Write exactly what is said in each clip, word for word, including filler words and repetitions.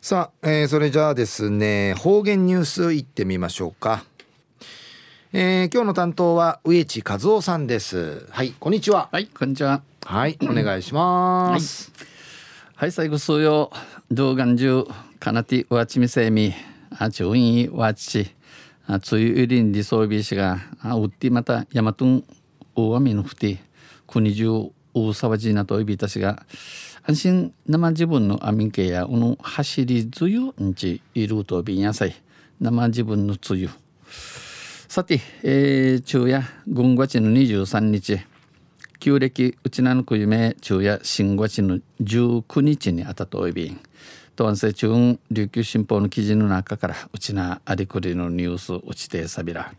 さあ、えー、それじゃあですね、方言ニュースいってみましょうか。えー、今日の担当は植地和夫さんです。はい、こんにちは。 はい、こんにちは。 はい、お願いします。 はい、最後数曜動画中かなてわちみせみあちゅういわちあつゆりんりそうびしがあうってまたやまとん大雨のふて国中大沢じなといびたしが安心生自分のアミンケやうの走りつゆんちいるとびんやさい生自分のつゆさて、えー、昼夜ごがつのにじゅうさんにち旧暦うちなのくゆめ昼夜新月のじゅうくにちにあたとおいびんとんせ中琉球新報の記事の中からうちなありくりのニュースうちてさびら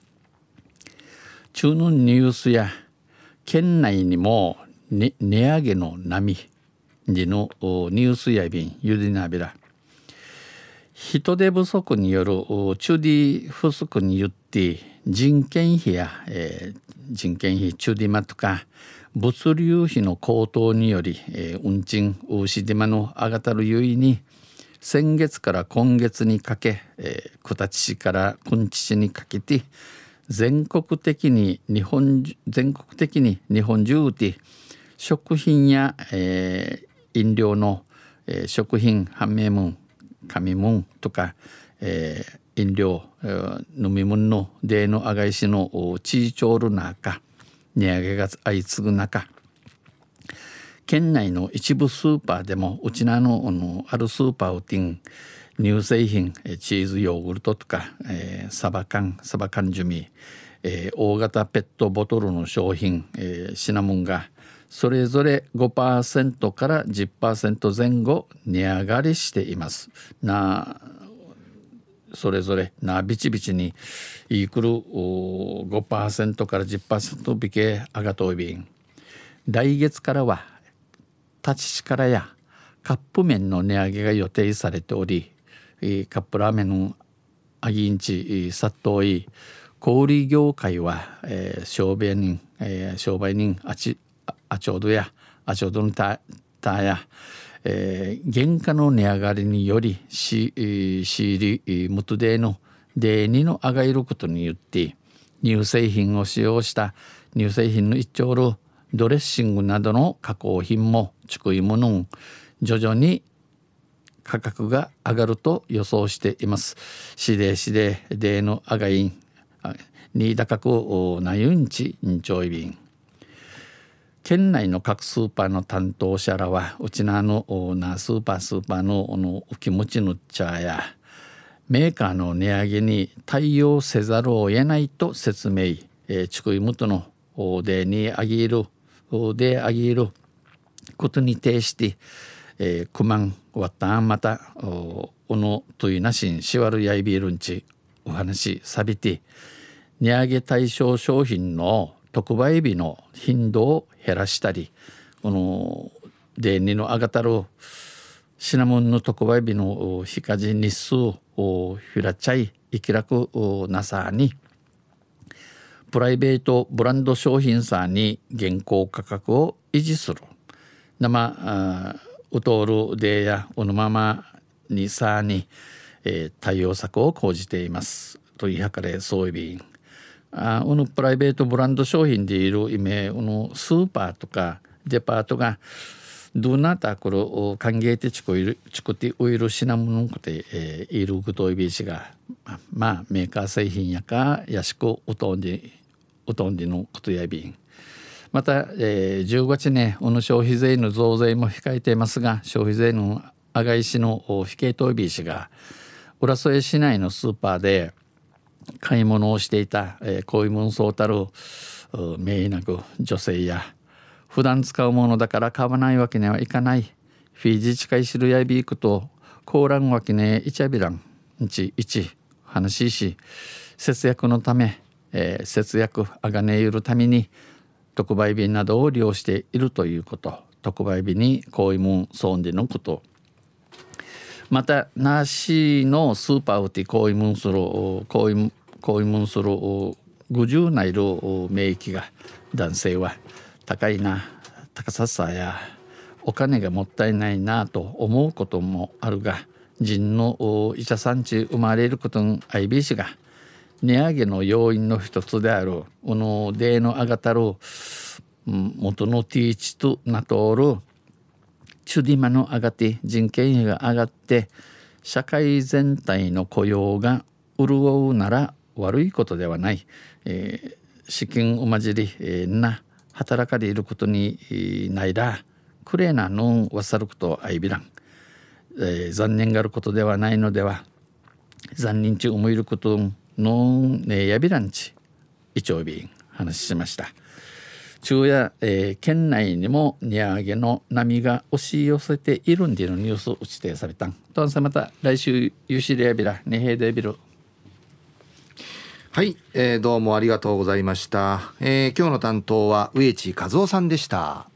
中のニュースや県内にも、ね、値上げの波でのニュースやびんゆりなびら人手不足による中デ不足によって人件費や、えー、人件費中デマとか物流費の高騰により、えー、運賃大しデマの上がたるゆいに先月から今月にかけ、えー、九立市から君地市にかけて全国的に日本全国的に日本中で食品や、えー、飲料の、えー、食品半名門紙物とか、えー、飲料、えー、飲み物のデーのあがいしの地位長る中値上げが相次ぐ中県内の一部スーパーでもうちな の, あのあるスーパーをティン乳製品チーズヨーグルトとか、えー、サバ缶サバ缶ジュミ、えー、大型ペットボトルの商品、えー、シナモンがそれぞれ ごパーセント から じゅっパーセント 前後値上がりしていますなそれぞれなビチビチにいくる ごパーセント から じゅっパーセント 引け上がといびん来月からは立ち力やカップ麺の値上げが予定されておりカップラーメンのアギンチ殺到い小売業界は、えー、商売人、えー、商売人あちあちょうどやあちょうどのたたや、えー、原価の値上がりによりし仕入り元でのデーニの上がることによって乳製品を使用した乳製品の一丁るドレッシングなどの加工品も筑いもの徐々に価格が上がると予想しています。しでしでデーの上がりに高くなゆんちんちょいびん県内の各スーパーの担当者らはうちなのなスーパースーパーののお気持ちの茶やメーカーの値上げに対応せざるを得ないと説明、えー、ちくいむとのでにあげるであげることに対して、えー、くまんわったんまたおのといなしんしわるやいびるんちお話さびて値上げ対象商品の特売日の頻度を減らしたりこのデーニの上がたるシナモンの特売日の非課税日数をひらちゃい生きらくなさにプライベートブランド商品さに現行価格を維持する生うとおるデーやおのままにさに、えー、対応策を講じていますといはかれそういびんあこのプライベートブランド商品でいる意味このスーパーとかデパートがどなたこれを歓迎てちこいるちこておいる品物こて、えー、いるぐといびしがまあメーカー製品やかやしくおとんでおとんでのことやびんまた、えー、じゅうがつねこの消費税の増税も控えていますが消費税の上がいしの非系統びしが浦添市内のスーパーで買い物をしていた、えー、こういうもんそうたる名なく女性や普段使うものだから買わないわけにはいかないフィージ近いしるやいびいくとコーランわけねいちゃびらんんちいち話し節約のため、えー、節約あがねゆるために特売日などを利用しているということ特売日にこういうもんそうでのことまたなしのスーパーをてこういうもんするこういうこういうもんするごじゅうないる免疫が男性は高いな高ささやお金がもったいないなと思うこともあるが人の医者さんち生まれることのアイビー氏が値上げの要因の一つであるこのデーの上がたる元のティーチとなとおるチュディマの上がって人件費が上がって社会全体の雇用が潤うなら悪いことではない、えー、資金おまじり、えー、な働かれいることに、えー、ないだクレーナのんわさることあいびらん、えー、残念があることではないのでは残忍ち思いることのねやびらんち一応便話しました。昼夜、えー、県内にも値上げの波が押し寄せているんでのニュースを打ち定されたんとんさまた来週ゆしりやびらねへいでびる。 はい、えー、どうもありがとうございました。えー、今日の担当は植地和夫さんでした。